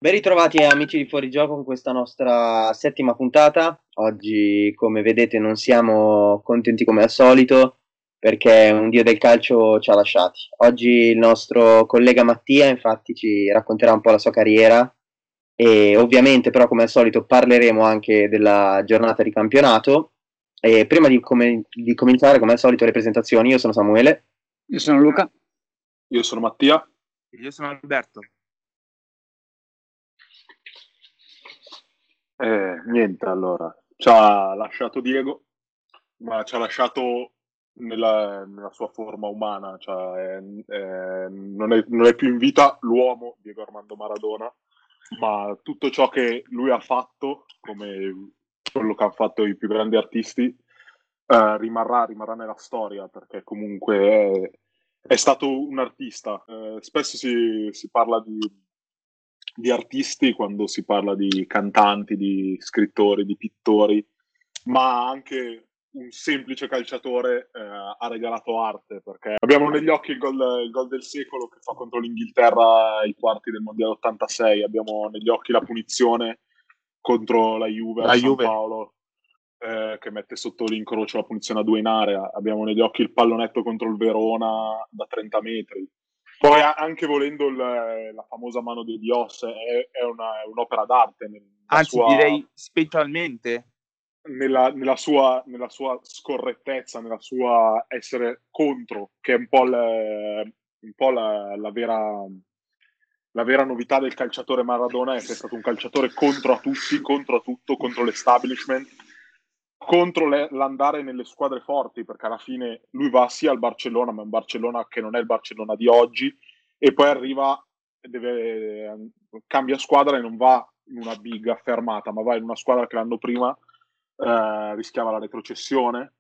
Ben ritrovati amici di Fuorigioco con questa nostra settima puntata. Oggi, come vedete, non siamo contenti come al solito perché un dio del calcio ci ha lasciati. Oggi il nostro collega Mattia, infatti, ci racconterà un po' la sua carriera e ovviamente, però, come al solito, parleremo anche della giornata di campionato. E prima di cominciare, come al solito, le presentazioni. Io sono Samuele. Io sono Luca. Io sono Mattia. Io sono Alberto. Niente, allora, ci ha lasciato Diego, ma ci ha lasciato nella sua forma umana, cioè, non è più in vita l'uomo Diego Armando Maradona, ma tutto ciò che lui ha fatto, come quello che hanno fatto i più grandi artisti, rimarrà nella storia, perché comunque è stato un artista. Spesso si parla di artisti quando si parla di cantanti, di scrittori, di pittori, ma anche un semplice calciatore ha regalato arte, perché abbiamo negli occhi il gol del secolo che fa contro l'Inghilterra ai quarti del Mondiale 86, abbiamo negli occhi la punizione contro la Juve a San Paolo, che mette sotto l'incrocio la punizione a 2 in area, abbiamo negli occhi il pallonetto contro il Verona da 30 metri. Poi anche volendo la famosa mano di Dios è un'opera d'arte. Anzi, direi specialmente. Nella sua scorrettezza, nella sua essere contro, che è un po' la vera novità del calciatore Maradona, è che è stato un calciatore contro a tutti, contro a tutto, contro l'establishment, contro l'andare nelle squadre forti, perché alla fine lui va sì al Barcellona, ma è un Barcellona che non è il Barcellona di oggi, e poi arriva, cambia squadra e non va in una big affermata, ma va in una squadra che l'anno prima rischiava la retrocessione,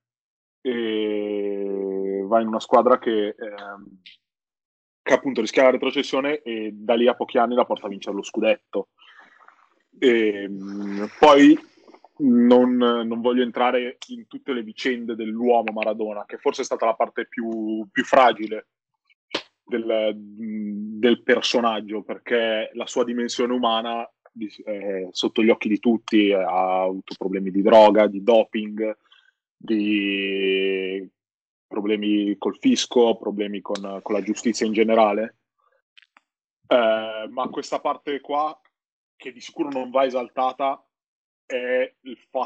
e va in una squadra che appunto rischiava la retrocessione, e da lì a pochi anni la porta a vincere lo scudetto. Poi non voglio entrare in tutte le vicende dell'uomo Maradona, che forse è stata la parte più fragile del personaggio, perché la sua dimensione umana sotto gli occhi di tutti. Ha avuto problemi di droga, di doping, di problemi col fisco, problemi con la giustizia in generale, ma questa parte qua, che di sicuro non va esaltata, è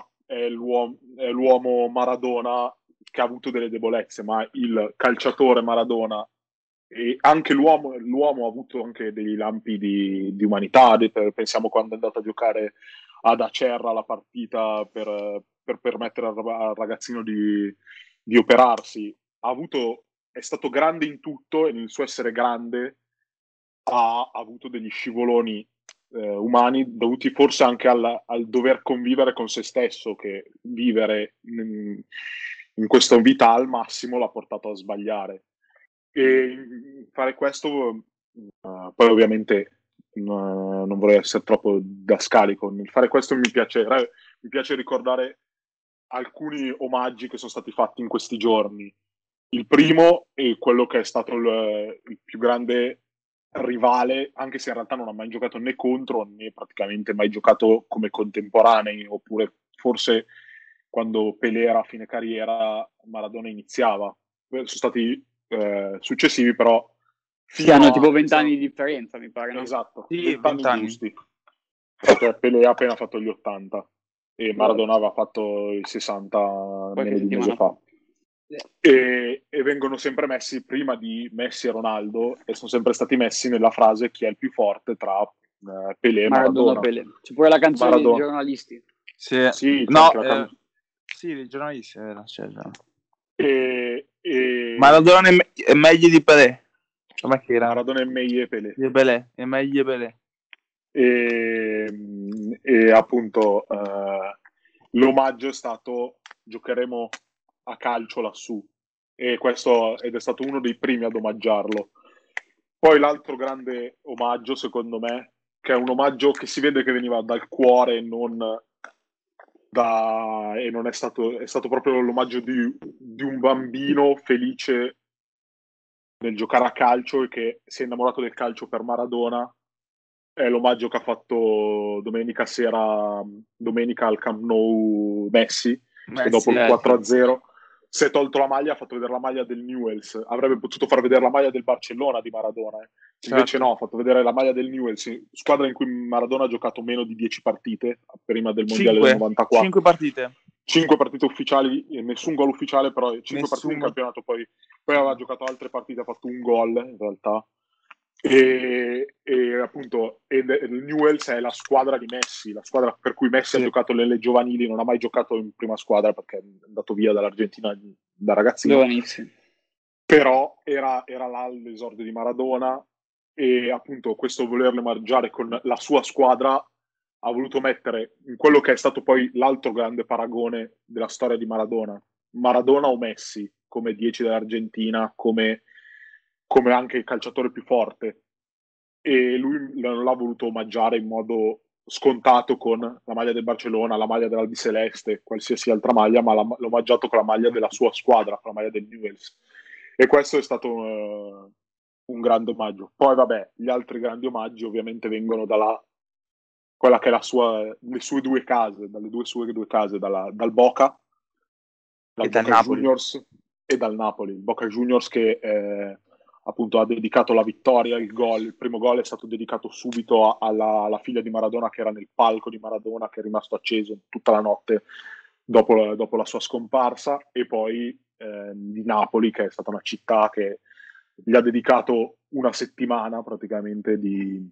l'uomo Maradona che ha avuto delle debolezze, ma il calciatore Maradona e anche l'uomo ha avuto anche dei lampi di umanità. Pensiamo quando è andato a giocare ad Acerra la partita per permettere al ragazzino di operarsi. È stato grande in tutto, e nel suo essere grande ha avuto degli scivoloni umani dovuti forse anche al dover convivere con se stesso, che vivere in questa vita al massimo l'ha portato a sbagliare. E fare questo, poi ovviamente non vorrei essere troppo dascalico, nel fare questo mi piace ricordare alcuni omaggi che sono stati fatti in questi giorni. Il primo è quello che è stato il più grande rivale, anche se in realtà non ha mai giocato né contro né praticamente mai giocato come contemporanei, oppure forse quando Pelé era a fine carriera Maradona iniziava. Sono stati successivi, però sì, hanno tipo 20 anni di differenza, mi pare, no? Esatto, sì, 20 anni giusti, perché Pelé ha appena fatto gli 80 e Maradona aveva fatto i 60 meno di un mese fa. E vengono sempre messi prima di Messi e Ronaldo, e sono sempre stati messi nella frase chi è il più forte tra Pelé e Maradona. Pelé. C'è pure la canzone Maradona dei giornalisti. Sì, no, sì, dei giornalisti c'è già. Maradona è meglio di Pelé. Com'è che era? Maradona è meglio di Pelé. È meglio Pelé. E appunto l'omaggio è stato: giocheremo a calcio lassù, ed è stato uno dei primi ad omaggiarlo. Poi l'altro grande omaggio, secondo me, che è un omaggio che si vede che veniva dal cuore, e non è stato proprio l'omaggio di un bambino felice nel giocare a calcio e che si è innamorato del calcio per Maradona, è l'omaggio che ha fatto domenica al Camp Nou Messi, che dopo il 4-0 si è tolto la maglia, ha fatto vedere la maglia del Newell's. Avrebbe potuto far vedere la maglia del Barcellona di Maradona, invece no, ha fatto vedere la maglia del Newell's, squadra in cui Maradona ha giocato meno di 10 partite prima del Mondiale del 94. 5 partite. 5 partite ufficiali, nessun gol ufficiale, però 5 partite in campionato, poi aveva giocato altre partite, ha fatto un gol in realtà. E appunto il Newell's è la squadra di Messi, la squadra per cui Messi ha giocato nelle giovanili, non ha mai giocato in prima squadra perché è andato via dall'Argentina da ragazzino. Giovanissimo. Però era là l'esordio di Maradona, e appunto questo volerlo mangiare con la sua squadra ha voluto mettere in quello che è stato poi l'altro grande paragone della storia di Maradona o Messi come 10 dell'Argentina, come anche il calciatore più forte, e lui non l'ha voluto omaggiare in modo scontato con la maglia del Barcellona, la maglia dell'Albiceleste, qualsiasi altra maglia, ma l'ha omaggiato con la maglia della sua squadra, con la maglia del Newell's, e questo è stato un grande omaggio. Poi vabbè, gli altri grandi omaggi ovviamente vengono dalla quella che è le sue due case, dalle sue due case, dal Boca, dal Boca Juniors e dal Napoli. Il Boca Juniors che appunto ha dedicato la vittoria, il primo gol è stato dedicato subito alla figlia di Maradona, che era nel palco di Maradona, che è rimasto acceso tutta la notte dopo la sua scomparsa, e poi di Napoli, che è stata una città che gli ha dedicato una settimana praticamente di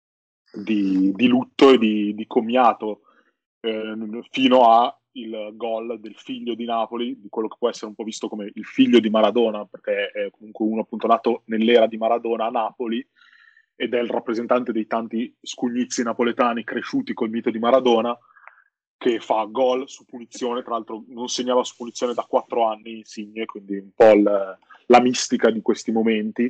lutto e di commiato, fino a il gol del figlio di Napoli, di quello che può essere un po' visto come il figlio di Maradona, perché è comunque uno appunto nato nell'era di Maradona a Napoli, ed è il rappresentante dei tanti scugnizi napoletani cresciuti col mito di Maradona, che fa gol su punizione. Tra l'altro non segnava su punizione da 4 anni Insigne, quindi un po' la mistica di questi momenti,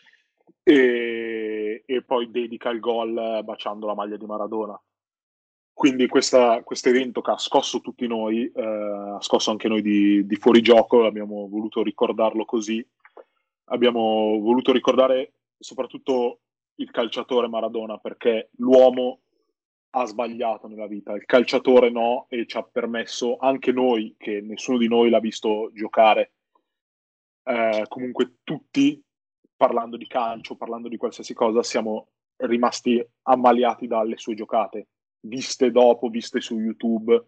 e poi dedica il gol baciando la maglia di Maradona. Quindi questo evento che ha scosso tutti noi, ha scosso anche noi di fuorigioco, abbiamo voluto ricordarlo così. Abbiamo voluto ricordare soprattutto il calciatore Maradona, perché l'uomo ha sbagliato nella vita, il calciatore no, e ci ha permesso, anche noi, che nessuno di noi l'ha visto giocare, comunque tutti, parlando di calcio, parlando di qualsiasi cosa, siamo rimasti ammaliati dalle sue giocate, viste dopo, viste su YouTube.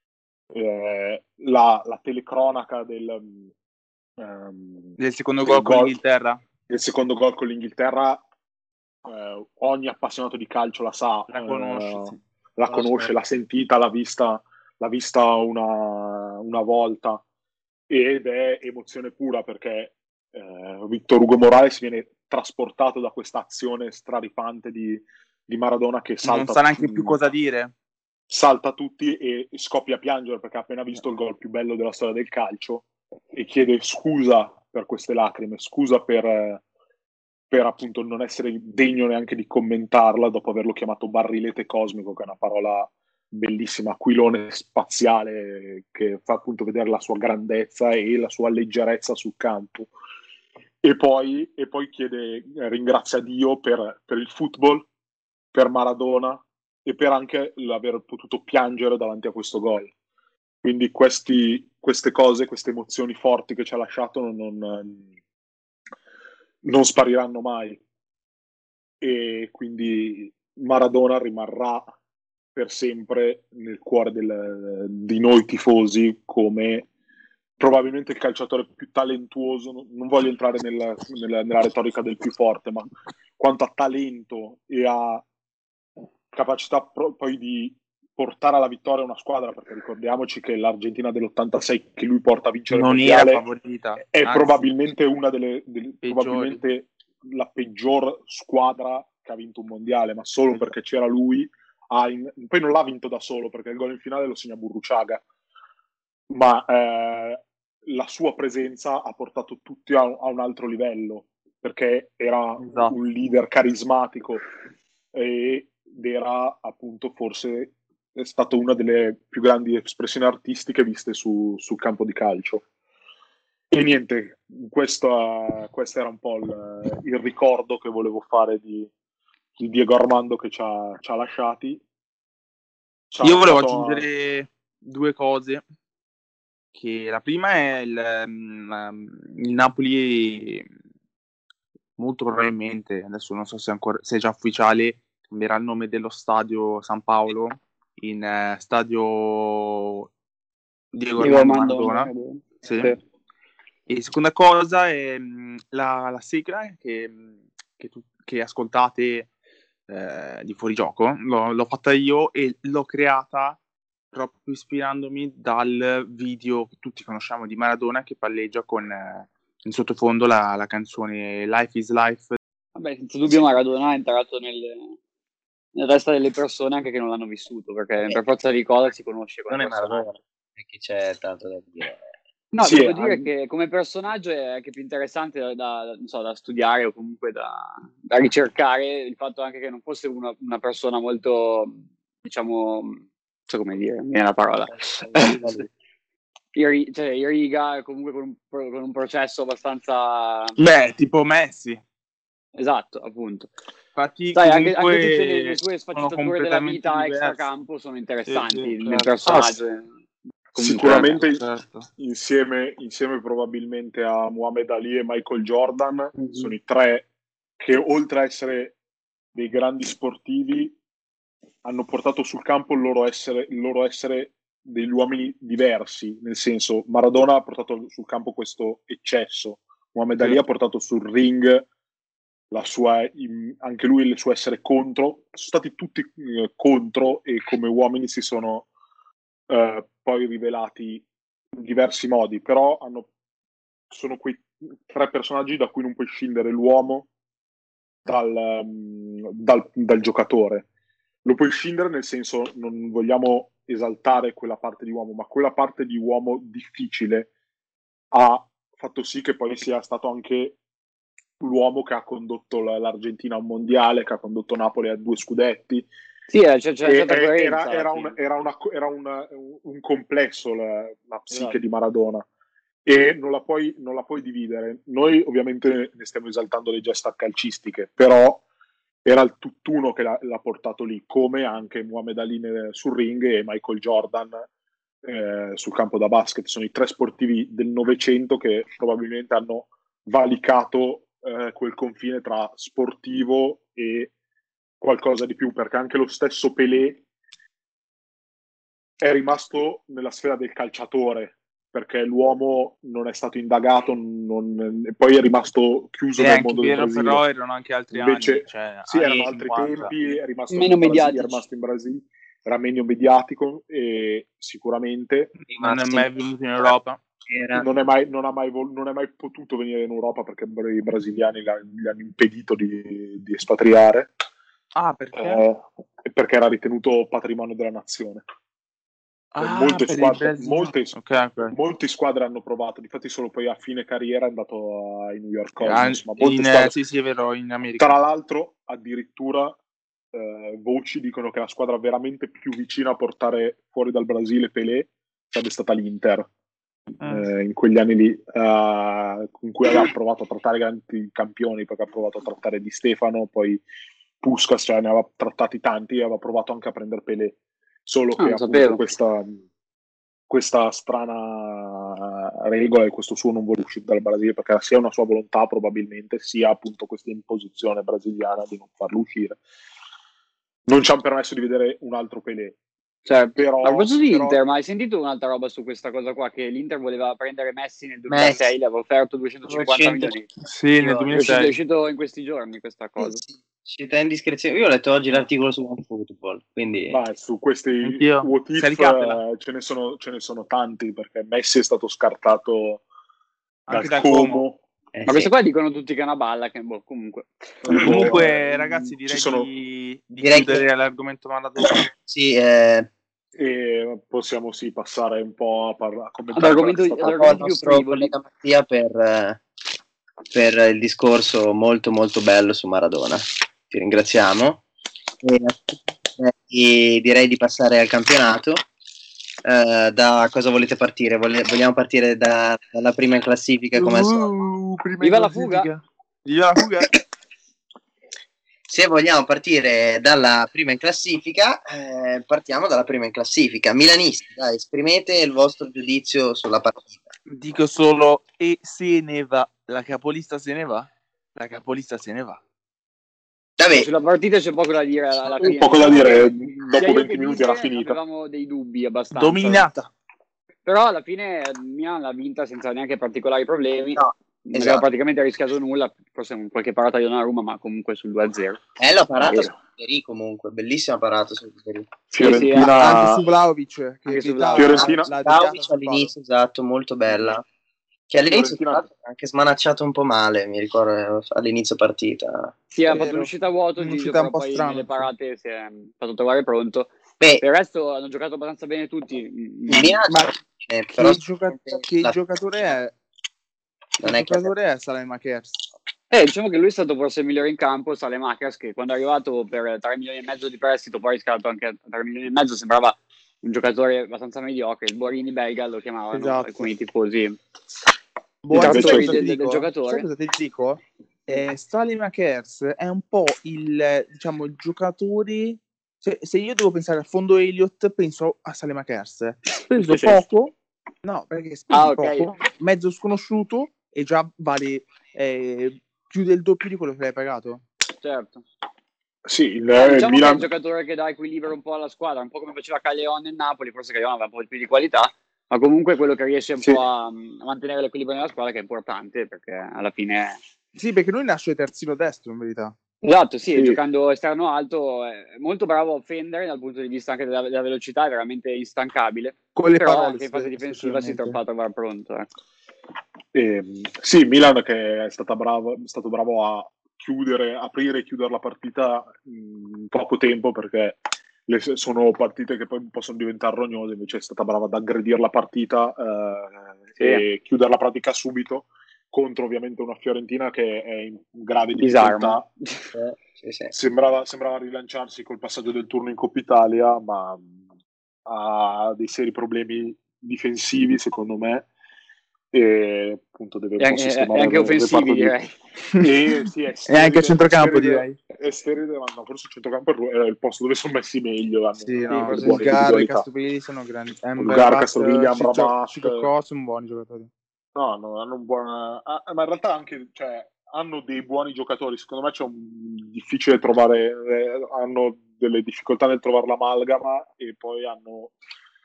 La telecronaca del secondo gol con l'Inghilterra. Il secondo gol con l'Inghilterra, ogni appassionato di calcio la sa, la conosce, la conosce, l'ha sentita, l'ha vista una volta, ed è emozione pura, perché Victor Hugo Morales viene trasportato da questa azione straripante di Maradona, che salta, non sa neanche più cosa dire, salta tutti e scoppia a piangere, perché ha appena visto il gol più bello della storia del calcio, e chiede scusa per queste lacrime, scusa per appunto non essere degno neanche di commentarla, dopo averlo chiamato barrilete cosmico, che è una parola bellissima, aquilone spaziale, che fa appunto vedere la sua grandezza e la sua leggerezza sul campo. E poi ringrazia Dio per il football, per Maradona, e per anche l'aver potuto piangere davanti a questo gol. Quindi queste cose, queste emozioni forti che ci ha lasciato non spariranno mai, e quindi Maradona rimarrà per sempre nel cuore di noi tifosi come probabilmente il calciatore più talentuoso. Non voglio entrare nella retorica del più forte, ma quanto a talento e a capacità poi di portare alla vittoria una squadra, perché ricordiamoci che l'Argentina dell'86 che lui porta a vincere non il mondiale era favorita, è probabilmente una delle probabilmente la peggior squadra che ha vinto un mondiale, ma solo perché c'era lui. Poi non l'ha vinto da solo, perché il gol in finale lo segna Burruchaga, ma la sua presenza ha portato tutti a un altro livello, perché era un leader carismatico, ed era appunto forse è stata una delle più grandi espressioni artistiche viste sul campo di calcio. E niente, questo era un po' il ricordo che volevo fare di di Diego Armando che ci ha lasciati. Io volevo aggiungere due cose. Che la prima è il Napoli, molto probabilmente, adesso non so se è già ufficiale, cambierà il nome dello stadio San Paolo in stadio Diego Armando Maradona. Sì. Sì. E seconda cosa è la sigla che ascoltate di Fuorigioco. L'ho fatta io e l'ho creata proprio ispirandomi dal video che tutti conosciamo di Maradona che palleggia con in sottofondo la canzone Life is Life. Vabbè, senza dubbio Maradona è entrato nel resto delle persone anche che non l'hanno vissuto, perché per forza di cose si conosce come Maradona. E che c'è tanto da dire. No, sì, devo dire che come personaggio è anche più interessante da studiare o comunque da ricercare, il fatto anche che non fosse una persona molto, diciamo, non so come dire, mi è la parola, riga, comunque con un processo abbastanza... Beh, tipo Messi. Esatto, appunto. Infatti, anche tutte le sue sfaccettature della vita extracampo sono interessanti nel personaggio. Sicuramente insieme probabilmente a Muhammad Ali e Michael Jordan sono i tre che oltre a essere dei grandi sportivi hanno portato sul campo il loro essere degli uomini diversi, nel senso Maradona ha portato sul campo questo eccesso, Muhammad Ali ha portato sul ring anche lui il suo essere contro, sono stati tutti contro e come uomini si sono poi rivelati in diversi modi, però sono quei tre personaggi da cui non puoi scindere l'uomo dal giocatore. Lo puoi scindere nel senso, non vogliamo esaltare quella parte di uomo, ma quella parte di uomo difficile ha fatto sì che poi sia stato anche l'uomo che ha condotto l'Argentina a un mondiale, che ha condotto Napoli a 2 scudetti. Sì, era un complesso la psiche di Maradona e non la puoi dividere. Noi ovviamente ne stiamo esaltando le gesta calcistiche, però era il tutt'uno che l'ha portato lì, come anche Muhammad Ali sul ring e Michael Jordan sul campo da basket. Sono i tre sportivi del Novecento che probabilmente hanno valicato quel confine tra sportivo e qualcosa di più, perché anche lo stesso Pelé è rimasto nella sfera del calciatore, perché l'uomo non è stato indagato, poi è rimasto chiuso nel mondo del Brasile. Però erano anche altri anni. Sì, erano altri tempi, è rimasto meno in Brasile, era meno mediatico e sicuramente non è mai venuto in Europa. Non è mai potuto venire in Europa perché i brasiliani gli hanno impedito di espatriare. Ah, perché? Perché era ritenuto patrimonio della nazione. Molte squadre hanno provato, difatti solo poi a fine carriera è andato ai New York Cosmos, sì, è vero, in America. Tra l'altro addirittura voci dicono che la squadra veramente più vicina a portare fuori dal Brasile Pelé sarebbe stata l'Inter. In quegli anni lì con cui aveva provato a trattare grandi campioni, perché ha provato a trattare Di Stefano, poi Puskas, ne aveva trattati tanti e aveva provato anche a prendere Pelé, solo che appunto questa strana regola e questo suo non vuole uscire dal Brasile perché sia una sua volontà probabilmente sia appunto questa imposizione brasiliana di non farlo uscire. Non ci hanno permesso di vedere un altro Pelé. Però, a proposito di Inter, ma hai sentito un'altra roba su questa cosa qua? Che l'Inter voleva prendere Messi nel 2006, gli aveva offerto 250 milioni. Sì, nel 2006. È uscito in questi giorni questa cosa. Città indiscrezione. Io ho letto oggi l'articolo su OneFootball, quindi su questi what if ce ne sono tanti, perché Messi è stato scartato anche dal Como. Ma questo qua dicono tutti che è una balla, che comunque. Ragazzi, direi di chiudere l'argomento Maradona. Sì, e possiamo passare un po' a commentare l'argomento più frivoli per il discorso molto molto bello su Maradona. Ti ringraziamo e direi di passare al campionato. Da cosa volete partire? Vogliamo partire dalla prima in classifica come Viva la fuga! Viva la fuga! Se vogliamo partire dalla prima in classifica, partiamo dalla prima in classifica. Milanisti, dai, esprimete il vostro giudizio sulla partita. Dico solo e se ne va. La capolista se ne va. La capolista se ne va. Vabbè. Sulla partita c'è poco da dire alla fine. Poco da dire, dopo 20 minuti era finita. Avevamo dei dubbi abbastanza. Dominata. Però alla fine Milan l'ha vinta senza neanche particolari problemi. No, non aveva praticamente rischiato nulla, forse qualche parata di Donnarumma, ma comunque sul 2-0. La parata su Pieri comunque, bellissima parata su Pieri. Fiorentina, anche su Vlahovic, Fiorentina Vlahovic all'inizio, esatto, molto bella. Che all'inizio ha anche smanacciato un po' male, mi ricordo, all'inizio partita. Sì, ha fatto un'uscita a vuoto, però poi nelle parate si è fatto trovare pronto. Beh, per il resto hanno giocato abbastanza bene tutti. Che giocatore è? Il giocatore è Saelemaekers. Diciamo che lui è stato forse il migliore in campo, Saelemaekers, che quando è arrivato per 3 milioni e mezzo di prestito, poi ha riscatto anche 3 milioni e mezzo, sembrava un giocatore abbastanza mediocre, il Borini belga lo chiamavano alcuni tifosi. Del giocatore. Sai cosa ti dico? Saelemaekers è un po' il giocatore. Se io devo pensare a fondo Elliott, penso a Saelemaekers. Preso poco, no, perché poco, mezzo sconosciuto e già vale più del doppio di quello che l'hai pagato. Certo. Sì, diciamo Milan... che è un giocatore che dà equilibrio un po' alla squadra, un po' come faceva Callejon nel Napoli, forse Callejon aveva un po' più di qualità, ma comunque quello che riesce un po' a mantenere l'equilibrio nella squadra, che è importante, perché alla fine... Sì, perché lui nasce terzino destro, in verità. Esatto, sì. Giocando esterno alto, è molto bravo a offendere dal punto di vista anche della velocità, è veramente instancabile. Con le però parole, anche in fase difensiva si trova a trovare pronto. Sì, Milan che è stato bravo a aprire e chiudere la partita in poco tempo, perché sono partite che poi possono diventare rognose, invece è stata brava ad aggredire la partita e chiudere la pratica subito, contro ovviamente una Fiorentina che è in grave difficoltà. Sembrava rilanciarsi col passaggio del turno in Coppa Italia, ma ha dei seri problemi difensivi, secondo me, e appunto deve un po' sistemare anche offensivi, direi. E anche a centrocampo, direi. È sterile, ma no, forse il centrocampo è il posto dove sono messi meglio. Bulgar e Castrovilli sono grandi. Bulgar, Castrovilli, Amrabat, sono buoni giocatori. No, hanno un buon... ma in realtà anche, hanno dei buoni giocatori. Secondo me c'è difficile trovare, hanno delle difficoltà nel trovare l'amalgama, e poi hanno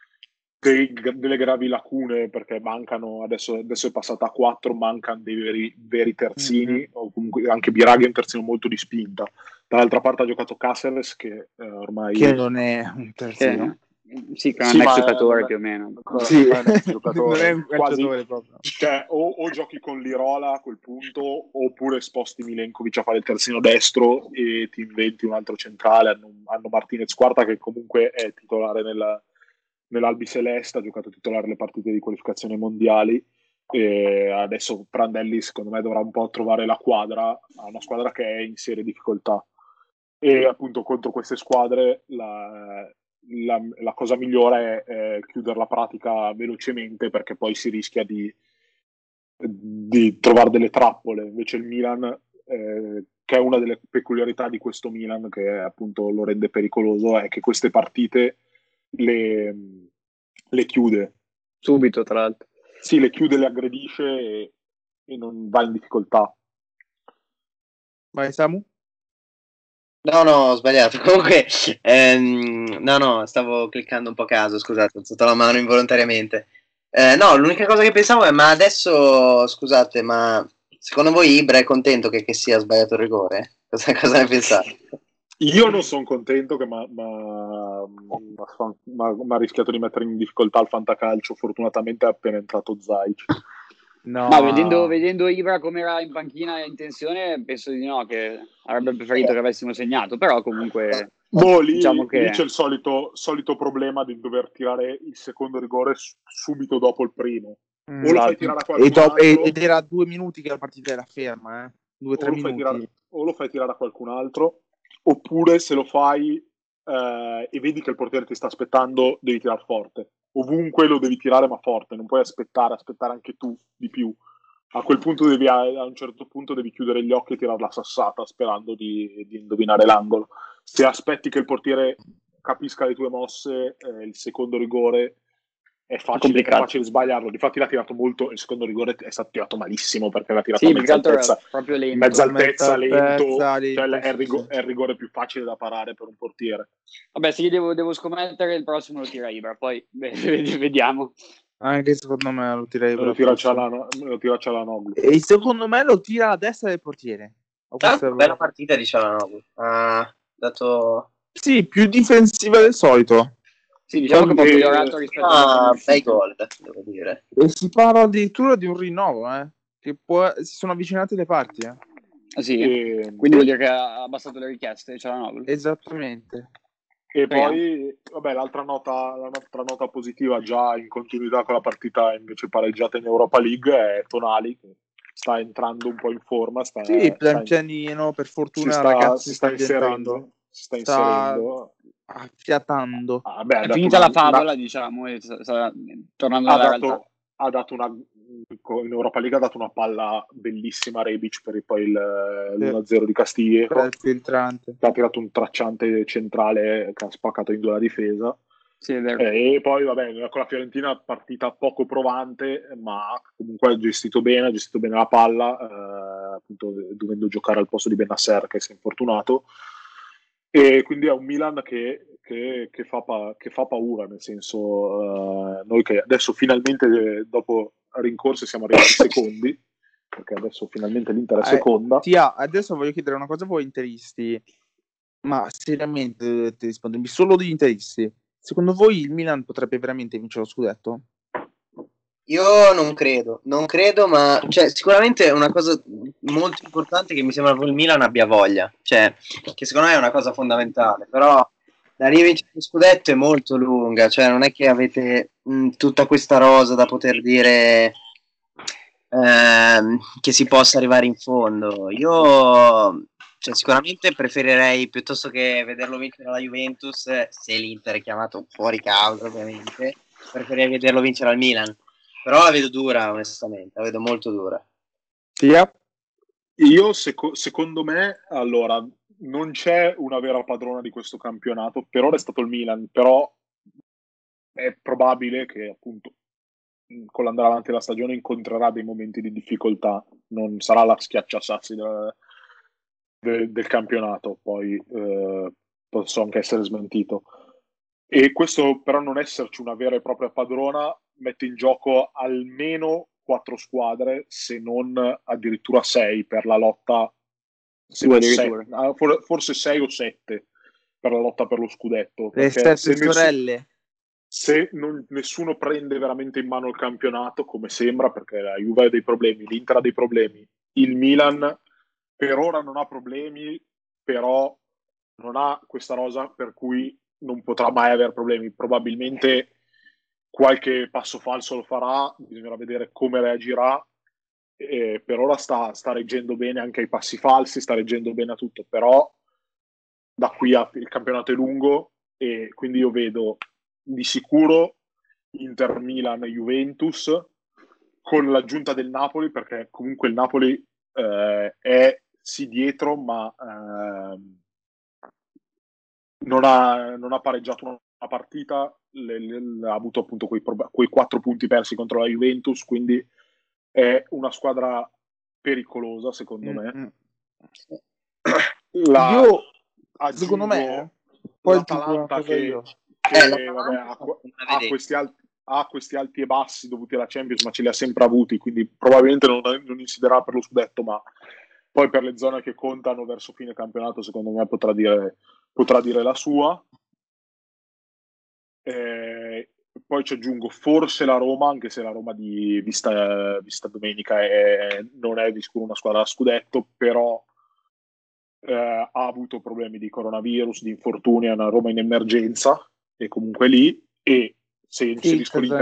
delle gravi lacune, perché mancano, adesso è passata a 4, mancano dei veri terzini, o comunque anche Biraghi è un terzino molto di spinta. Dall'altra parte ha giocato Caceres, che ormai... Che non è un terzino. Sì, che è un ex giocatore più o meno. Sì, non è un ex giocatore. Non è un calciatore proprio. O giochi con Lirola a quel punto, oppure sposti Milenkovic a fare il terzino destro e ti inventi un altro centrale. Hanno Martinez Quarta, che comunque è titolare nell'Albi Celeste, ha giocato titolare le partite di qualificazione mondiali, e adesso Prandelli secondo me dovrà un po' trovare la quadra a una squadra che è in serie difficoltà, e appunto contro queste squadre la cosa migliore è chiudere la pratica velocemente, perché poi si rischia di trovare delle trappole. Invece il Milan, che è una delle peculiarità di questo Milan, che appunto lo rende pericoloso, è che queste partite le chiude subito, tra l'altro. Sì, le chiude, le aggredisce e non va in difficoltà. Vai Samu? No, ho sbagliato. Comunque, no, stavo cliccando un po' a caso, scusate, ho alzato la mano involontariamente. No, l'unica cosa che pensavo è, ma adesso, scusate, ma secondo voi Ibra è contento che sia sbagliato il rigore? Cosa ne pensate? Io non sono contento che mi ha rischiato di mettere in difficoltà il fantacalcio. Fortunatamente è appena entrato Zaic. No, ma vedendo Ibra come era in panchina e in tensione, penso di no, che avrebbe preferito che avessimo segnato, però comunque diciamo che lì c'è il solito problema di dover tirare il secondo rigore subito dopo il primo. O lo fai tirare a qualcun altro, ed era 2 minuti che la partita era ferma, 2-3 minuti. O lo fai tirare a qualcun altro, oppure se lo fai e vedi che il portiere ti sta aspettando, devi tirare forte. Ovunque lo devi tirare, ma forte, non puoi aspettare anche tu di più, a quel punto a un certo punto devi chiudere gli occhi e tirare la sassata sperando di indovinare l'angolo. Se aspetti che il portiere capisca le tue mosse, il secondo rigore è facile sbagliarlo. Difatti l'ha tirato molto, il secondo rigore è stato tirato malissimo perché l'ha tirato a mezza altezza, proprio lento. Mezza altezza, lento. Cioè, è il rigore più facile da parare per un portiere. Vabbè, se io devo scommettere, il prossimo lo tira Ibra, poi vediamo. Anche secondo me lo tira Ibra. Lo tira Çalhanoğlu. E secondo me lo tira a destra del portiere. Bella partita di Çalhanoğlu. Ha dato... Sì, più difensiva del solito. Sì, diciamo che è migliorato rispetto a bei gol, devo dire. E si parla addirittura di un rinnovo, che si sono avvicinate le parti, Sì, quindi vuol dire che ha abbassato le richieste, Çalhanoğlu. Esattamente. E poi, vabbè, la nostra nota positiva, già in continuità con la partita invece pareggiata in Europa League, è Tonali, che sta entrando un po' in forma. Pian pianino, per fortuna ragazzi, si sta inserendo. Affiatando. È finita la favola, diciamo, e sta tornando alla realtà. In Europa League ha dato una palla bellissima a Rebic per poi il 1-0 di Castillejo, filtrante. Ha tirato un tracciante centrale che ha spaccato in due la difesa. Sì, è vero. E poi vabbè, con la Fiorentina partita poco provante, ma comunque ha gestito bene la palla, appunto dovendo giocare al posto di Bennacer che si è infortunato, e quindi è un Milan che fa paura, nel senso, noi che adesso finalmente dopo rincorse siamo arrivati secondi, perché adesso finalmente l'Inter è seconda. Adesso voglio chiedere una cosa a voi interisti, ma seriamente rispondimi solo degli interisti. Secondo voi il Milan potrebbe veramente vincere lo scudetto? Io non credo, ma sicuramente è una cosa molto importante che mi sembra che il Milan abbia voglia, che secondo me è una cosa fondamentale, però la rivincita dello scudetto è molto lunga, non è che avete tutta questa rosa da poter dire che si possa arrivare in fondo. Io sicuramente preferirei, piuttosto che vederlo vincere la Juventus, se l'Inter è chiamato fuori causa ovviamente, preferirei vederlo vincere al Milan, però la vedo dura, onestamente, la vedo molto dura. Io secondo me, allora, non c'è una vera padrona di questo campionato, per ora è stato il Milan, però è probabile che appunto con l'andare avanti della stagione incontrerà dei momenti di difficoltà, non sarà la schiacciasassi del campionato, poi posso anche essere smentito. E questo però non esserci una vera e propria padrona mette in gioco almeno 4 squadre, se non addirittura 6 per la lotta, forse 6 o 7 per la lotta per lo scudetto. Le stesse sorelle. Se nessuno prende veramente in mano il campionato, come sembra, perché la Juve ha dei problemi, l'Inter ha dei problemi, il Milan per ora non ha problemi, però non ha questa rosa per cui non potrà mai avere problemi. Probabilmente qualche passo falso lo farà, bisognerà vedere come reagirà. Per ora sta reggendo bene anche ai passi falsi, sta reggendo bene a tutto, però da qui il campionato è lungo e quindi io vedo di sicuro Inter, Milan, Juventus, con l'aggiunta del Napoli, perché comunque il Napoli è sì dietro, ma non ha pareggiato una partita, ha avuto appunto quei 4 punti persi contro la Juventus, quindi è una squadra pericolosa secondo me. Secondo me poi l'Atalanta che ha questi alti e bassi dovuti alla Champions, ma ce li ha sempre avuti, quindi probabilmente non insiderà per lo scudetto, ma poi per le zone che contano verso fine campionato secondo me potrà dire la sua. Poi ci aggiungo forse la Roma, anche se la Roma di vista domenica non è di sicuro una squadra da scudetto, però ha avuto problemi di coronavirus, di infortuni, è una Roma in emergenza e comunque lì, e se inserisco l'Inter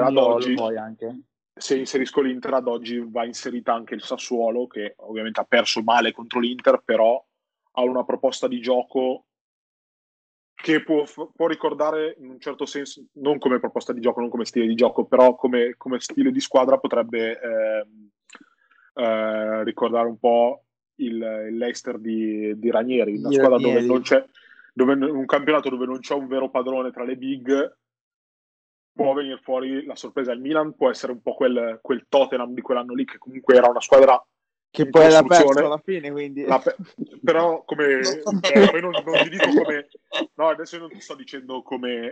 ad oggi va inserita anche il Sassuolo, che ovviamente ha perso male contro l'Inter, però ha una proposta di gioco che può ricordare in un certo senso, non come proposta di gioco, non come stile di gioco, però come stile di squadra potrebbe ricordare un po' il Leicester di Ranieri, una squadra dove non c'è, un campionato dove non c'è un vero padrone tra le big. Può venire fuori la sorpresa. Il Milan può essere un po' quel Tottenham di quell'anno lì, che comunque era una squadra che poi l'ha perso alla fine, quindi però come poi non ti dico come, no, adesso non ti sto dicendo come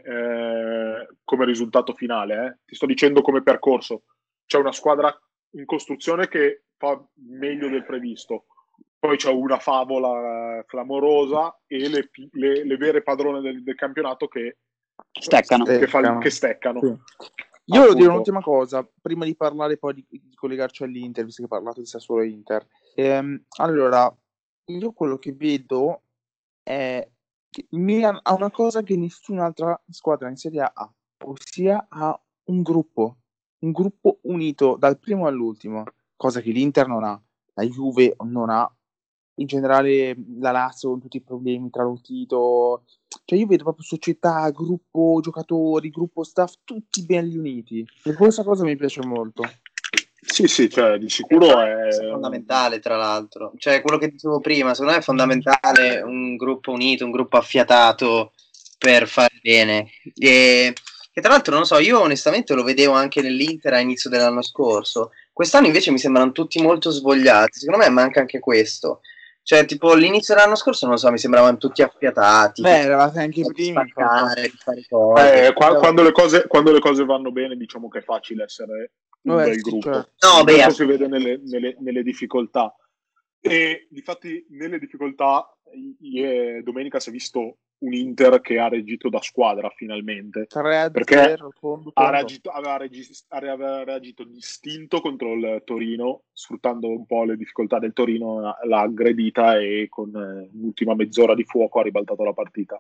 risultato finale, ti sto dicendo come percorso. C'è una squadra in costruzione che fa meglio del previsto, poi c'è una favola clamorosa e le vere padrone del campionato che steccano. Sì. Io volevo dire un'ultima cosa prima di parlare poi di collegarci all'Inter, visto che hai parlato di Sassuolo e Inter. Allora, io quello che vedo è che il Milan ha una cosa che nessun'altra squadra in Serie A ha, ossia ha un gruppo unito dal primo all'ultimo, cosa che l'Inter non ha, la Juve non ha, in generale la Lazio con tutti i problemi tra Lotito. Cioè io vedo proprio società, gruppo giocatori, gruppo staff, tutti ben riuniti, e questa cosa mi piace molto. Sì, cioè di sicuro è fondamentale, tra l'altro. Cioè quello che dicevo prima, secondo me è fondamentale un gruppo unito, un gruppo affiatato per fare bene. E tra l'altro, non so, io onestamente lo vedevo anche nell'Inter a inizio dell'anno scorso. Quest'anno invece mi sembrano tutti molto svogliati. Secondo me manca anche questo. Cioè, tipo, l'inizio dell'anno scorso, non so, mi sembravano tutti affiatati. Eravate anche prima fare cose. Quando le cose vanno bene, diciamo che è facile essere un bel gruppo. Certo. Questo si vede nelle difficoltà. E difatti nelle difficoltà domenica si è visto un Inter che ha reagito da squadra finalmente, perché aveva reagito distinto contro il Torino, sfruttando un po' le difficoltà del Torino, l'ha aggredita e con l'ultima mezz'ora di fuoco ha ribaltato la partita.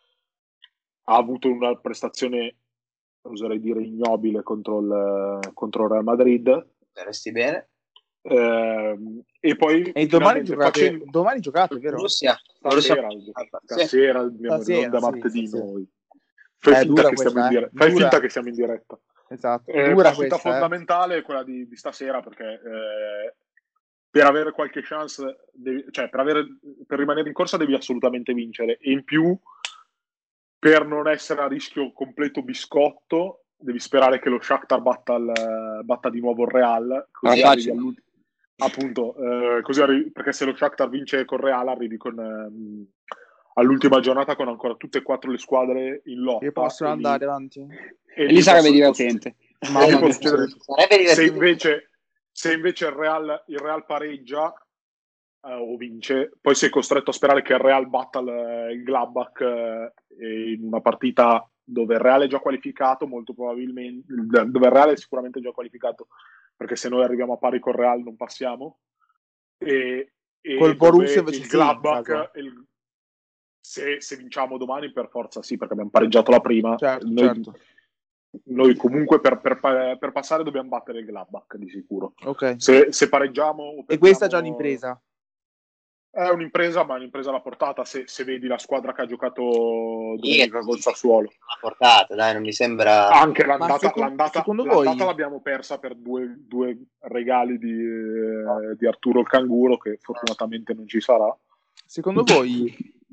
Ha avuto una prestazione, oserei dire, ignobile contro il Real Madrid. Resti bene. E poi domani giocate, vero? Stasera non da martedì noi. Fai finta che siamo in diretta. Esatto. La partita fondamentale è quella di stasera, perché per avere qualche chance per rimanere in corsa devi assolutamente vincere, e in più per non essere a rischio completo biscotto devi sperare che lo Shakhtar batta di nuovo il Real, così arrivi all'ultimo. Appunto, perché se lo Shakhtar vince con Real arrivi all'ultima giornata con ancora tutte e quattro le squadre in lotta e possono andare avanti, e lì sarebbe divertente. Se invece il Real pareggia o vince, poi sei costretto a sperare che il Real batta il Gladbach in una partita dove il Real è già qualificato, molto probabilmente, dove il Real è sicuramente già qualificato, perché se noi arriviamo a pari con il Real non passiamo, e col Borussia invece il Gladbach se vinciamo domani per forza sì, perché abbiamo pareggiato la prima. Certo. Noi comunque per passare dobbiamo battere il Gladbach di sicuro. Okay. Se pareggiamo e questa è già un'impresa. È un'impresa, ma un'impresa alla portata, se vedi la squadra che ha giocato domenica col Sassuolo. La portata, dai, non mi sembra. Anche l'andata l'abbiamo persa per due regali di Arturo il Canguro, che fortunatamente non ci sarà. Secondo voi,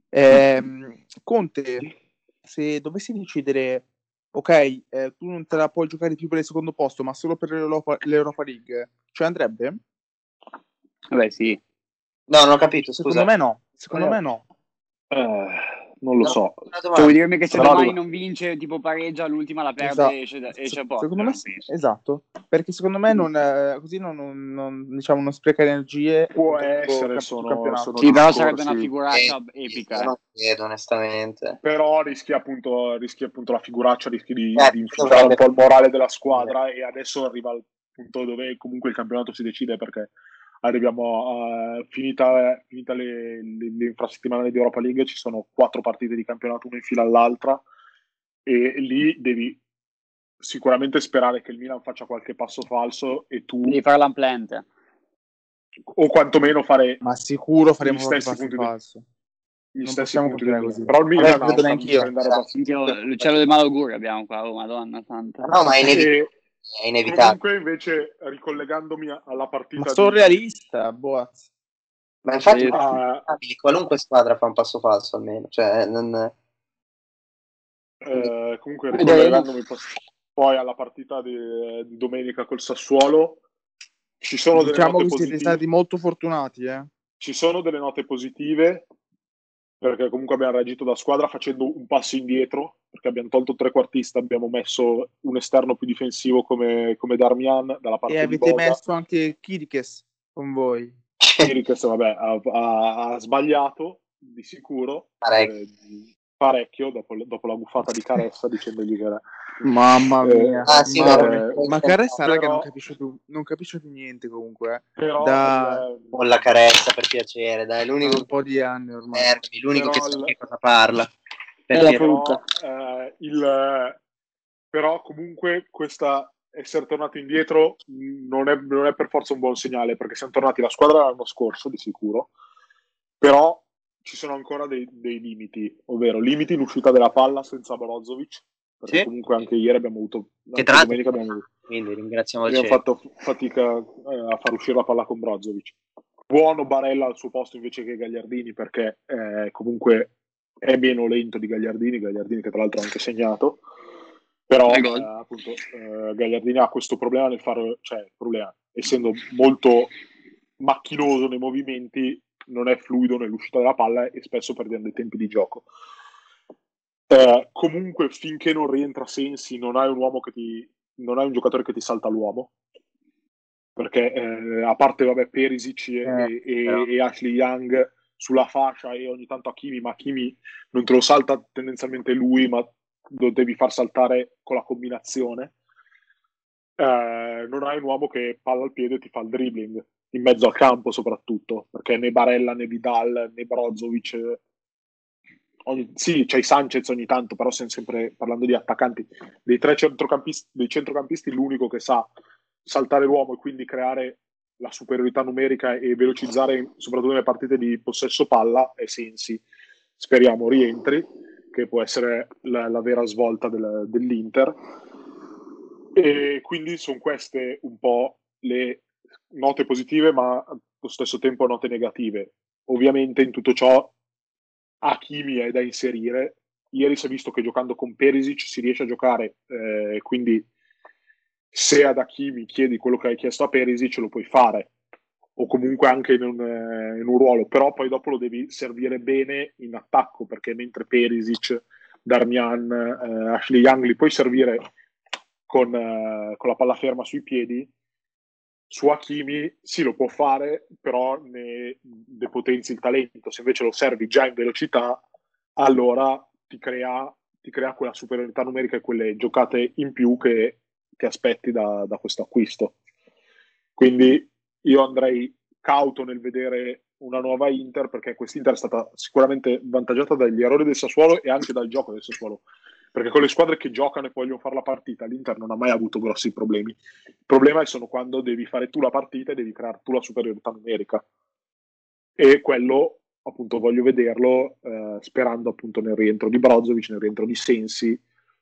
Conte, se dovessi decidere, ok, tu non te la puoi giocare più per il secondo posto, ma solo per l'Europa League, cioè andrebbe? Vabbè, sì. No, non ho capito, scusa. Secondo me no. Non lo so. Cioè, vuoi dirmi che se domani non vince, tipo pareggia, l'ultima la perde, esce a posto? Secondo me esatto, perché secondo me così non diciamo non spreca energie. Può essere, sono sì, però sarebbe una figuraccia epica. Non credo, onestamente. Però rischi appunto la figuraccia, rischi di inficiare un po' il morale della squadra, e adesso arriva al punto dove comunque il campionato si decide, perché arriviamo finita le infrasettimanali di Europa League, ci sono 4 partite di campionato, una in fila all'altra, e lì devi sicuramente sperare che il Milan faccia qualche passo falso e tu devi fare l'amplente, o quantomeno fare, ma sicuro faremo gli stessi punti falso. Non possiamo continuare così. Però il Milan l'uccello del malaugurio abbiamo qua, oh madonna santa. No, ma è inevitabile. Comunque, invece, ricollegandomi alla partita... Ma sono realista, Boaz. Ma infatti qualunque squadra fa un passo falso almeno. Cioè, comunque, ricollegandomi poi alla partita di domenica col Sassuolo, ci sono delle note positive. Siete stati molto fortunati, Ci sono delle note positive, perché comunque abbiamo reagito da squadra facendo un passo indietro, perché abbiamo tolto il trequartista, abbiamo messo un esterno più difensivo come Darmian dalla parte di Boga. E avete messo anche Kirikes con voi. Kirikes, vabbè, ha sbagliato di sicuro, parecchio dopo la buffata di Caressa dicendogli che era... Mamma mia. Ma Caressa, però, raga, non capisce più niente comunque. Però con la Caressa, per piacere, dai, l'unico un po' di anni ormai. L'unico che sa di cosa parla. Però comunque questa essere tornato indietro non è per forza un buon segnale, perché siamo tornati la squadra l'anno scorso di sicuro, però ci sono ancora dei limiti, ovvero limiti in uscita della palla senza Brozovic, perché comunque anche ieri abbiamo avuto, domenica quindi ringraziamo abbiamo fatto fatica a far uscire la palla con Brozovic. Buono Barella al suo posto invece che Gagliardini, perché comunque è meno lento di Gagliardini che tra l'altro ha anche segnato, però appunto Gagliardini ha questo problema nel fare, essendo molto macchinoso nei movimenti, non è fluido nell'uscita della palla e spesso perdiamo dei tempi di gioco. Comunque finché non rientra Sensi non hai un giocatore che ti salta l'uomo, perché a parte Perisic e Ashley Young sulla fascia e ogni tanto Hakimi, ma Hakimi non te lo salta tendenzialmente lui, ma lo devi far saltare con la combinazione. Non hai un uomo che palla al piede e ti fa il dribbling in mezzo al campo, soprattutto perché né Barella né Vidal né Brozovic, sì, c'hai Sanchez ogni tanto, però stiamo sempre parlando di attaccanti. Dei centrocampisti l'unico che sa saltare l'uomo e quindi creare la superiorità numerica e velocizzare soprattutto nelle partite di possesso palla è Sensi. Speriamo rientri, che può essere la vera svolta dell'Inter. E quindi sono queste un po' le note positive, ma allo stesso tempo note negative. Ovviamente in tutto ciò Hakimi è da inserire. Ieri si è visto che giocando con Perisic si riesce a giocare, quindi se ad Hakimi chiedi quello che hai chiesto a Perisic lo puoi fare, o comunque anche in un ruolo, però poi dopo lo devi servire bene in attacco, perché mentre Perisic, Darmian, Ashley Young li puoi servire con la palla ferma sui piedi, su Hakimi sì lo può fare, però ne depotenzi il talento. Se invece lo servi già in velocità, allora ti crea quella superiorità numerica e quelle giocate in più che ti aspetti da questo acquisto. Quindi io andrei cauto nel vedere una nuova Inter, perché quest'Inter è stata sicuramente vantaggiata dagli errori del Sassuolo e anche dal gioco del Sassuolo, perché con le squadre che giocano e vogliono fare la partita l'Inter non ha mai avuto grossi problemi. Il problema sono quando devi fare tu la partita e devi creare tu la superiorità numerica, e quello appunto voglio vederlo, sperando appunto nel rientro di Brozovic, nel rientro di Sensi,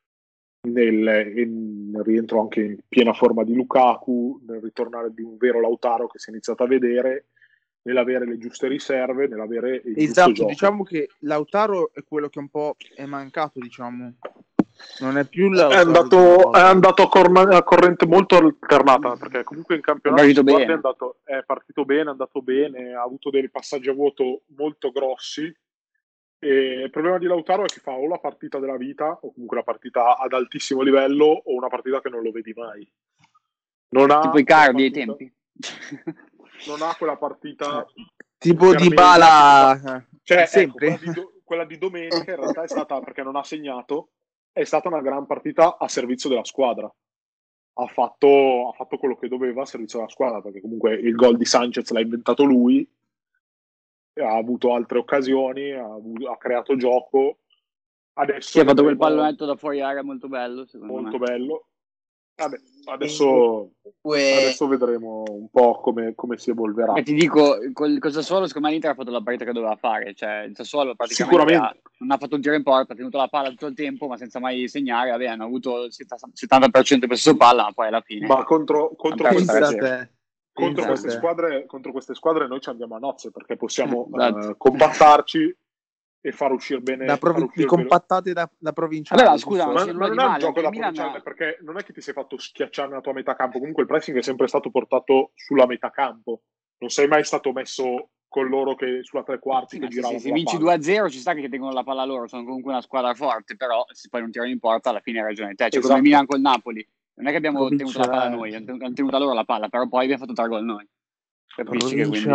nel rientro anche in piena forma di Lukaku, nel ritornare di un vero Lautaro che si è iniziato a vedere, nell'avere le giuste riserve, nell'avere il giusto gioco. Diciamo che Lautaro è quello che un po' è mancato, diciamo. Non è più è andato a corrente molto alternata, perché comunque in campionato è partito bene, è andato bene, ha avuto dei passaggi a vuoto molto grossi. E il problema di Lautaro è che fa o la partita della vita, o comunque la partita ad altissimo livello, o una partita che non lo vedi mai. Tipo i Cardi ai tempi. Non ha quella partita tipo Dybala, sempre. Quella di domenica in realtà è stata, perché non ha segnato, è stata una gran partita a servizio della squadra. Ha fatto quello che doveva a servizio della squadra, perché comunque il gol di Sanchez l'ha inventato lui, ha avuto altre occasioni, ha creato gioco. Adesso ha fatto quel pallonetto da fuori area molto bello, molto bello. Vabbè, adesso vedremo un po' come si evolverà. E ti dico, col Sassuolo secondo me l'Inter ha fatto la partita che doveva fare, cioè il Sassuolo praticamente non ha fatto un tiro in porta, ha tenuto la palla tutto il tempo, ma senza mai segnare. Vabbè, hanno avuto il 70% di possesso palla, ma poi alla fine... Ma contro queste squadre noi ci andiamo a nozze, perché possiamo compattarci e far uscire bene compattate da provinciale. Vabbè, scusa, ma non è un gioco da provinciale, perché non è che ti sei fatto schiacciare nella tua metà campo. Comunque il pressing è sempre stato portato sulla metà campo, non sei mai stato messo con loro che sulla tre quarti che giravano. Se vinci 2-0 ci sta che tengono la palla loro, sono comunque una squadra forte, però se poi non tirano in porta alla fine hai ragione te, cioè come Milan col Napoli, non è che abbiamo tenuto la palla noi, hanno tenuta loro la palla, però poi abbiamo fatto 3 gol noi. Capisci che quindi...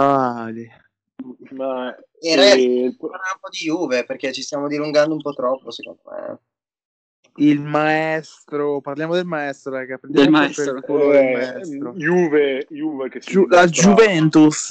Ma un po' di Juve, perché ci stiamo dilungando un po' troppo, secondo me. Il maestro, parliamo del maestro, raga. Del maestro. Juve che si la Juventus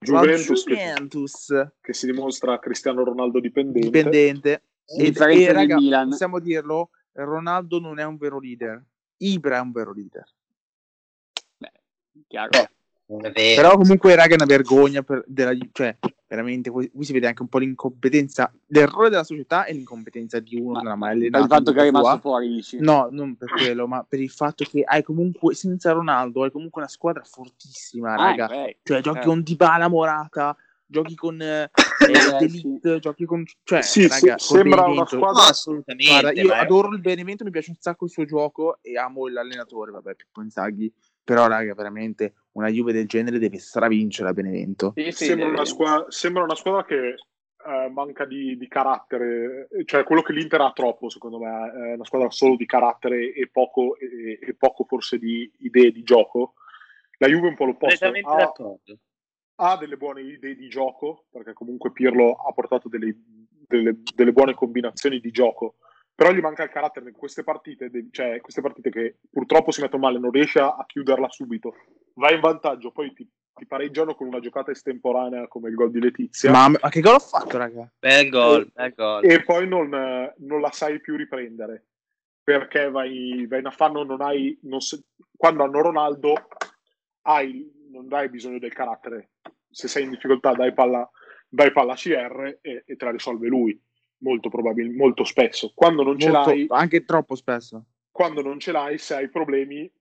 che si dimostra Cristiano Ronaldo dipendente. E raga, possiamo dirlo, Ronaldo non è un vero leader, Ibra è un vero leader. Beh, chiaro. Però comunque raga è una vergogna cioè veramente qui si vede anche un po' l'incompetenza, l'errore della società e l'incompetenza di uno nella maglia, per il fatto che è rimasto fuori, dici? No, non per quello, ma per il fatto che hai comunque senza Ronaldo hai comunque una squadra fortissima, raga. Cioè giochi con Dybala, Morata, giochi con D'Elite, giochi con raga, sembra una squadra assolutamente. Guarda, io adoro il Benevento, mi piace un sacco il suo gioco e amo l'allenatore, vabbè, Pippo Inzaghi. Però raga, veramente una Juve del genere deve stravincere a Benevento. Sembra una squadra che manca di carattere, cioè quello che l'Inter ha troppo, secondo me, è una squadra solo di carattere e poco forse di idee di gioco. La Juve è un po' l'opposto, ha delle buone idee di gioco, perché comunque Pirlo ha portato delle buone combinazioni di gioco, però gli manca il carattere in queste partite che purtroppo si mettono male, non riesce a chiuderla subito, va in vantaggio, poi ti pareggiano con una giocata estemporanea come il gol di Letizia. Ma che gol ho fatto, raga? Bel gol. E poi non la sai più riprendere, perché vai in affanno, quando hanno Ronaldo non hai bisogno del carattere, se sei in difficoltà dai palla a CR e te la risolve lui. Molto probabilmente, molto spesso. Quando non ce l'hai, anche troppo spesso. Quando non ce l'hai, se hai problemi,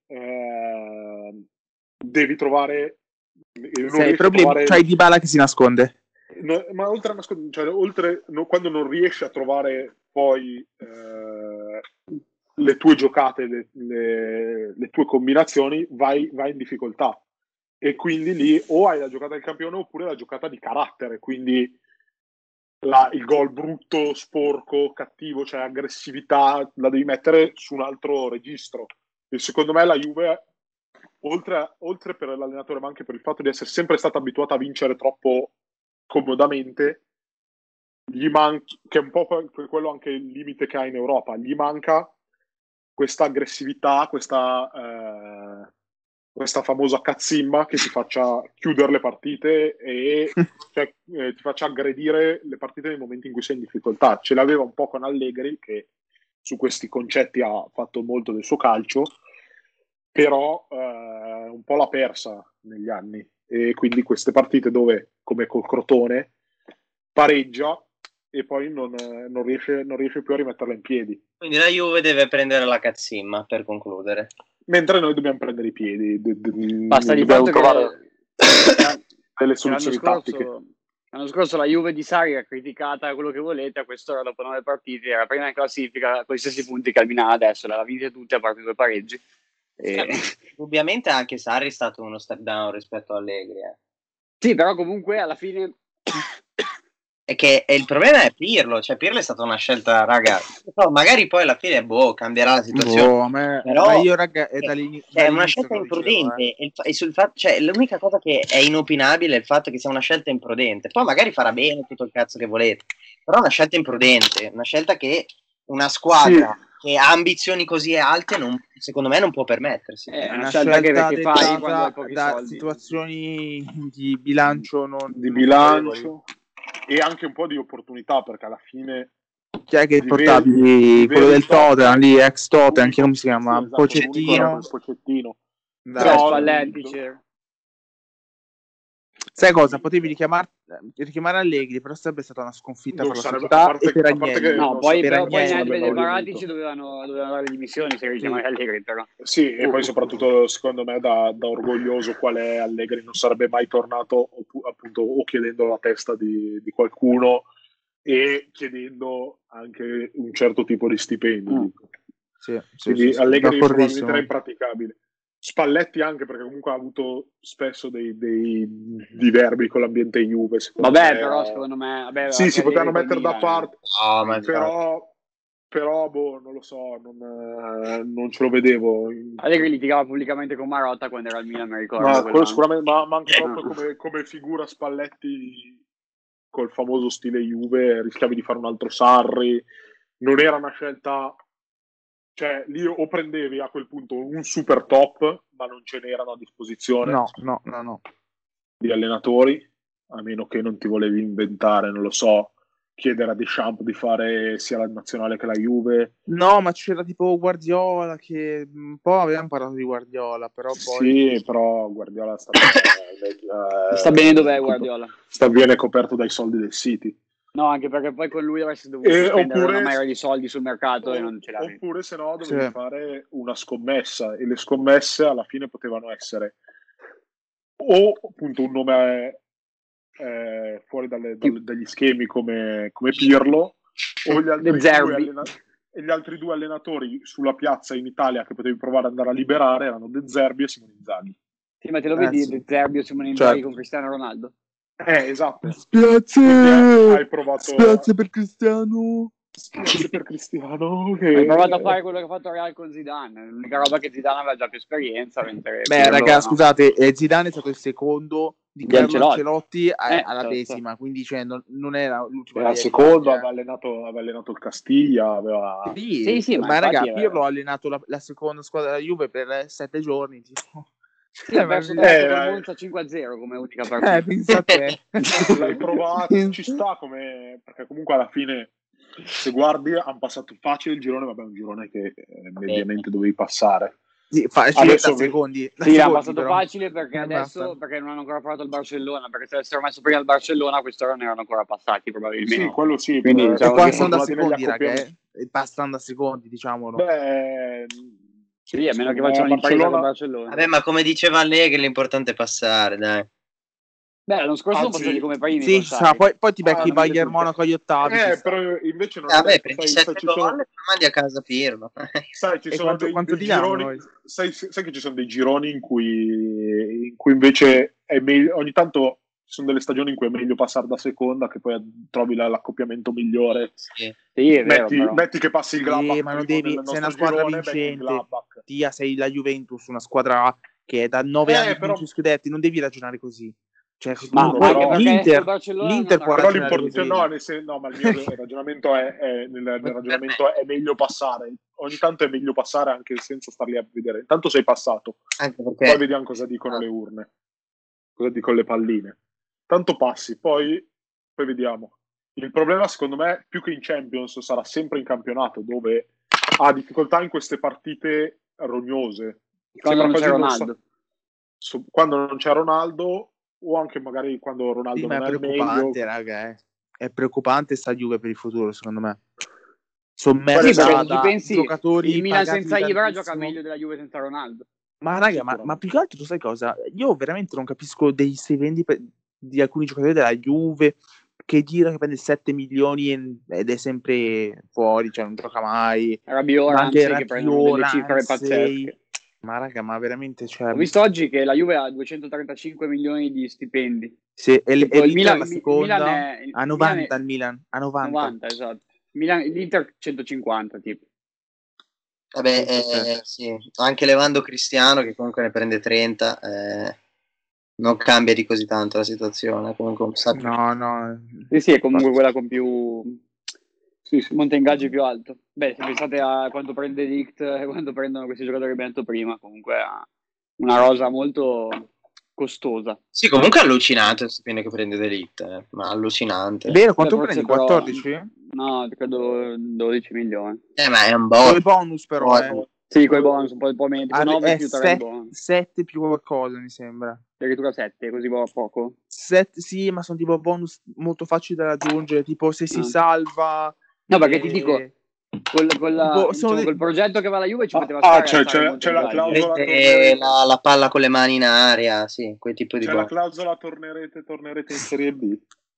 devi trovare. Se hai problemi, c'hai Dybala che si nasconde. Ma oltre a nascondere, quando non riesci a trovare poi le tue giocate, le tue combinazioni, vai in difficoltà. E quindi lì o hai la giocata del campione oppure la giocata di carattere. Quindi il gol brutto, sporco, cattivo, cioè aggressività, la devi mettere su un altro registro. E secondo me la Juve, oltre per l'allenatore, ma anche per il fatto di essere sempre stata abituata a vincere troppo comodamente, gli manca, che è un po' quello anche il limite che ha in Europa, gli manca questa aggressività, questa famosa cazzimma che ti faccia chiudere le partite e ti faccia aggredire le partite nei momenti in cui sei in difficoltà. Ce l'aveva un po' con Allegri, che su questi concetti ha fatto molto del suo calcio, però un po' l'ha persa negli anni, e quindi queste partite dove, come col Crotone, pareggia e poi non riesce più a rimetterla in piedi. Quindi la Juve deve prendere la cazzimma, per concludere. Mentre noi dobbiamo prendere i piedi. Basta di fatto trovare delle soluzioni tattiche. L'anno scorso la Juve di Sarri era criticata, quello che volete, a quest'ora dopo 9 partite era prima in classifica con gli stessi punti che Almina adesso, l'ha vinte tutte a parte 2 pareggi. Ovviamente anche Sarri è stato uno step down rispetto a Allegri. Sì, però comunque alla fine è che il problema è Pirlo, cioè Pirlo è stata una scelta, raga, magari poi alla fine cambierà la situazione, però io raga è è una scelta imprudente e sul fatto, cioè l'unica cosa che è inopinabile è il fatto che sia una scelta imprudente, poi magari farà bene tutto il cazzo che volete, però è una scelta imprudente, una scelta che una squadra che ha ambizioni così alte secondo me non può permettersi. È una scelta che fai quando hai pochi soldi, situazioni di bilancio e anche un po' di opportunità, perché alla fine chi è che portavi quello del Tottenham lì, ex Tottenham, anche come si chiama? Esatto, Pochettino. Spalletti Sai cosa? Potevi richiamare Allegri, però sarebbe stata una sconfitta Non per la sarebbe- società a parte- e per a parte Agnelli. che- No, non poi per sarebbe- Agnelli neanche sarebbe dei voluto. Paratici dovevano dare le dimissioni se richiamare Allegri, però. Sì, e poi soprattutto secondo me da orgoglioso qual è Allegri non sarebbe mai tornato appunto o chiedendo la testa di qualcuno e chiedendo anche un certo tipo di stipendio. Quindi Allegri probabilmente era impraticabile. Spalletti anche perché comunque ha avuto spesso dei diverbi con l'ambiente Juve. Però secondo me sì, si potevano mettere da parte, No, però non lo so, non ce lo vedevo. Allegri litigava pubblicamente con Marotta quando era al Milan, mi ricordo. Ma quello sicuramente, ma anche proprio come figura Spalletti col famoso stile Juve, rischiavi di fare un altro Sarri, non era una scelta, cioè lì o prendevi a quel punto un super top, ma non ce n'erano a disposizione no. di allenatori, a meno che non ti volevi inventare, non lo so, chiedere a Deschamps di fare sia la nazionale che la Juve. No, ma c'era tipo Guardiola che un po' avevamo parlato di Guardiola, però poi... Sì, però Guardiola sta bene dov'è Guardiola? Sta bene coperto dai soldi del City. No, anche perché poi con lui avresti dovuto spendere una marea di soldi sul mercato e non ce l'avevi. Oppure se no dovevi fare una scommessa, e le scommesse alla fine potevano essere o appunto un nome fuori dagli schemi come Pirlo, o gli altri due allenatori sulla piazza in Italia che potevi provare ad andare a liberare erano De Zerbi e Simone Inzaghi. Sì, ma te lo vedi De Zerbi o Simone Inzaghi con Cristiano Ronaldo? Esatto. Spiace per Cristiano. Hai provato a fare quello che ha fatto Real con Zidane. L'unica roba che Zidane aveva già più esperienza. Scusate, Zidane è stato il secondo di Carlo Ancelotti alla certo. decima, quindi cioè, non era l'ultimo. Era il secondo, aveva allenato il Castiglia. Sì, ma raga, Pirlo ha allenato la seconda squadra della Juve per 7 giorni. Tipo. Sì, ha perso con Monza 5-0 come unica partita. Pensate. L'hai provato, ci sta perché comunque alla fine se guardi hanno passato facile il girone, vabbè, un girone che mediamente dovevi passare. Sì, facile da secondi. Sì, l'ha passato facile perché perché non hanno ancora provato il Barcellona, perché se avessero messo prima il Barcellona quest'ora ne erano ancora passati probabilmente. Sì, quello sì. Quindi e passano da secondi, ragazzi, passano da secondi, diciamolo. Sì, a meno che facciano l'impresa con Barcellona. Vabbè, ma come diceva Allegri, l'importante è passare, dai. Beh, l'anno scorso sono passati come primi. Sì, poi ti becchi Bayern Monaco agli ottavi. Però invece non prendi 7 gol e mandi a casa Pirlo. Sai, ci sono dei gironi. Sai che ci sono dei gironi in cui invece è meglio. Ogni tanto ci sono delle stagioni in cui è meglio passare da seconda, che poi trovi l'accoppiamento migliore. Sì, è vero, metti che passi il Gladbach. Ma non devi, sei una squadra vincente. Sei la Juventus, una squadra che è da 9 anni che vince scudetti, non devi ragionare così. Cioè, l'Inter può ragionare così. Ma il mio ragionamento nel ragionamento è meglio passare. Ogni tanto è meglio passare anche senza starli a vedere. Intanto sei passato. Anche perché... Poi vediamo cosa dicono le urne. Cosa dicono le palline. Tanto passi, poi vediamo. Il problema, secondo me, più che in Champions, sarà sempre in campionato, dove ha difficoltà in queste partite rognose. Quando non c'è Ronaldo. Quando non c'è Ronaldo, o anche magari quando Ronaldo non è meglio. Raga, è preoccupante sta Juve per il futuro, secondo me. Sommersa da giocatori. Il Milan senza Ibra gioca meglio della Juve senza Ronaldo. Ma raga, ma più che altro tu sai cosa? Io veramente non capisco dei stipendi di alcuni giocatori della Juve che gira che prende 7 milioni ed è sempre fuori, cioè non gioca mai. Rabiot, che prendono delle cifre pazzesche. Ma raga, ma veramente ho visto oggi che la Juve ha 235 milioni di stipendi. Sì, e il Milan, la seconda a 90 il Milan, a 90, esatto. L'Inter 150 tipo. Vabbè, sì, anche levando Cristiano che comunque ne prende 30, non cambia di così tanto la situazione, comunque no. Sì, è comunque quella con più monte ingaggi più alto. Beh, se pensate a quanto prende Ligt e quanto prendono questi giocatori che abbiamo detto prima, comunque ha una rosa molto costosa. Sì, comunque è allucinante il stipendio che prende De Ligt, ma allucinante. Vero, quanto prendi? 14? No, credo 12 milioni. Ma è un botto. Con i bonus però, Sì, con i bonus un po' meno, 9 più 3 bonus. 7 più qualcosa, mi sembra. Addirittura 7, così poco? sì, ma sono tipo bonus molto facili da raggiungere, tipo se si salva. No, perché ti dico, col progetto che va alla Juve ci poteva stare. C'è la clausola la palla con le mani in aria, sì, quel tipo di c'è la clausola tornerete in Serie B.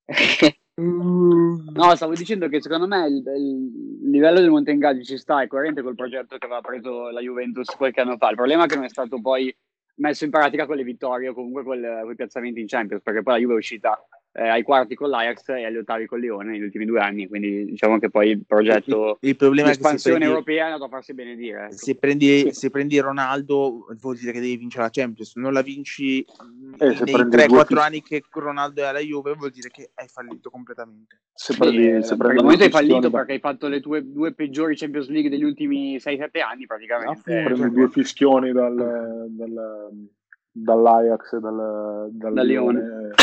No, stavo dicendo che secondo me il livello del Monte Ingaggi ci sta, è coerente col progetto che aveva preso la Juventus qualche anno fa. Il problema è che non è stato poi messo in pratica con le vittorie o comunque con i piazzamenti in Champions, perché poi la Juve è uscita ai quarti con l'Ajax e agli ottavi con Lione negli ultimi 2 anni, quindi diciamo che poi il progetto il problema di espansione europea è andato a farsi benedire. Ecco. Se prendi Ronaldo vuol dire che devi vincere la Champions, non la vinci nei 3-4 anni che Ronaldo è alla Juve, vuol dire che hai fallito completamente. Per il momento hai fallito perché hai fatto le tue 2 peggiori Champions League degli ultimi 6-7 anni praticamente. Prendi 2 fischioni dall'Ajax e dal Lione.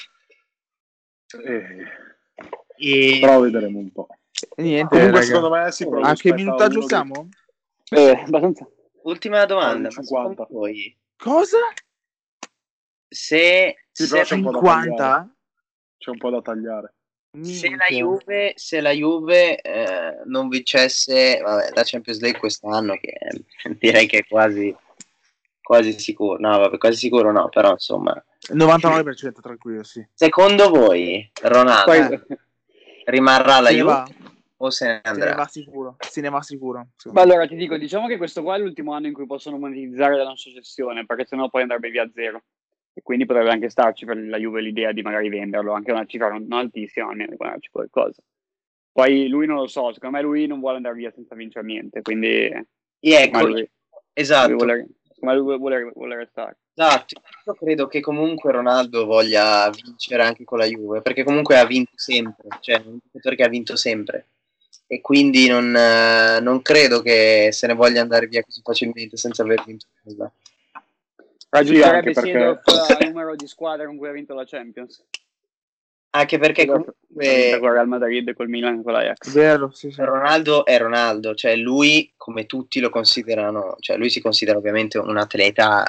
Però vedremo un po'. Niente, comunque secondo me a che minutaggio siamo? Abbastanza. Ultima domanda, 50. Voi. Cosa? Se 50? C'è un po' da tagliare. Se la Juve non vincesse la Champions League quest'anno, che direi che è quasi sicuro, quasi sicuro no, però insomma 99% tranquillo, sì. Secondo voi Ronaldo rimarrà alla Juve o se ne andrà? Se ne va sicuro. Ma allora ti dico, diciamo che questo qua è l'ultimo anno in cui possono monetizzare la non sociazione, perché sennò poi andrebbe via a zero. E quindi potrebbe anche starci per la Juve l'idea di magari venderlo, anche una cifra non altissima, almeno guardarci qualcosa. Poi lui non lo so, secondo me lui non vuole andare via senza vincere niente, quindi esatto. Vuole restare. Esatto, io credo che comunque Ronaldo voglia vincere anche con la Juve, perché comunque ha vinto sempre, cioè è un giocatore che ha vinto sempre, e quindi non credo che se ne voglia andare via così facilmente senza aver vinto nulla. Raggiungerebbe Seedorf al numero di squadre con cui ha vinto la Champions. Anche perché comunque con Real Madrid, col Milan, con l'Ajax. Vero, sì. Ronaldo è Ronaldo, cioè lui, come tutti lo considerano, cioè lui si considera ovviamente un atleta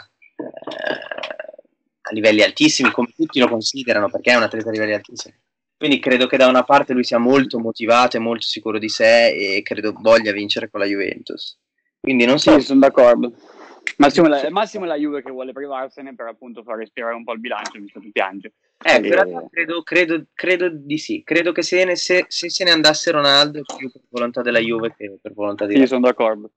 a livelli altissimi, come tutti lo considerano, perché è un atleta a livelli altissimi. Quindi credo che da una parte lui sia molto motivato e molto sicuro di sé e credo voglia vincere con la Juventus. Quindi non so. Sì, sono d'accordo. Massimo è la Juve che vuole privarsene per appunto far respirare un po' il bilancio, visto che piange. Credo di sì. Credo che se se ne andasse Ronaldo più per volontà della Juve che per volontà di Sì, sono d'accordo.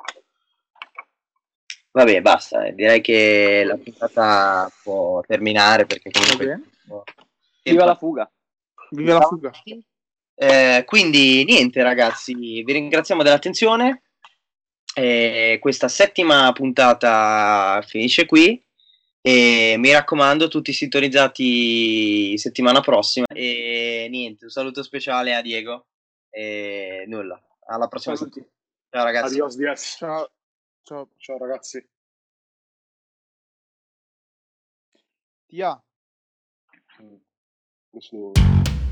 Vabbè, basta. Direi che la puntata può terminare perché comunque viva la fuga. Viva la fuga. Quindi niente ragazzi, vi ringraziamo dell'attenzione. Questa 7ª puntata finisce qui e mi raccomando tutti sintonizzati settimana prossima e niente, un saluto speciale a Diego e nulla, alla prossima settimana. Ciao ragazzi. Adios, Diaz. Ciao ragazzi. Tia. Questo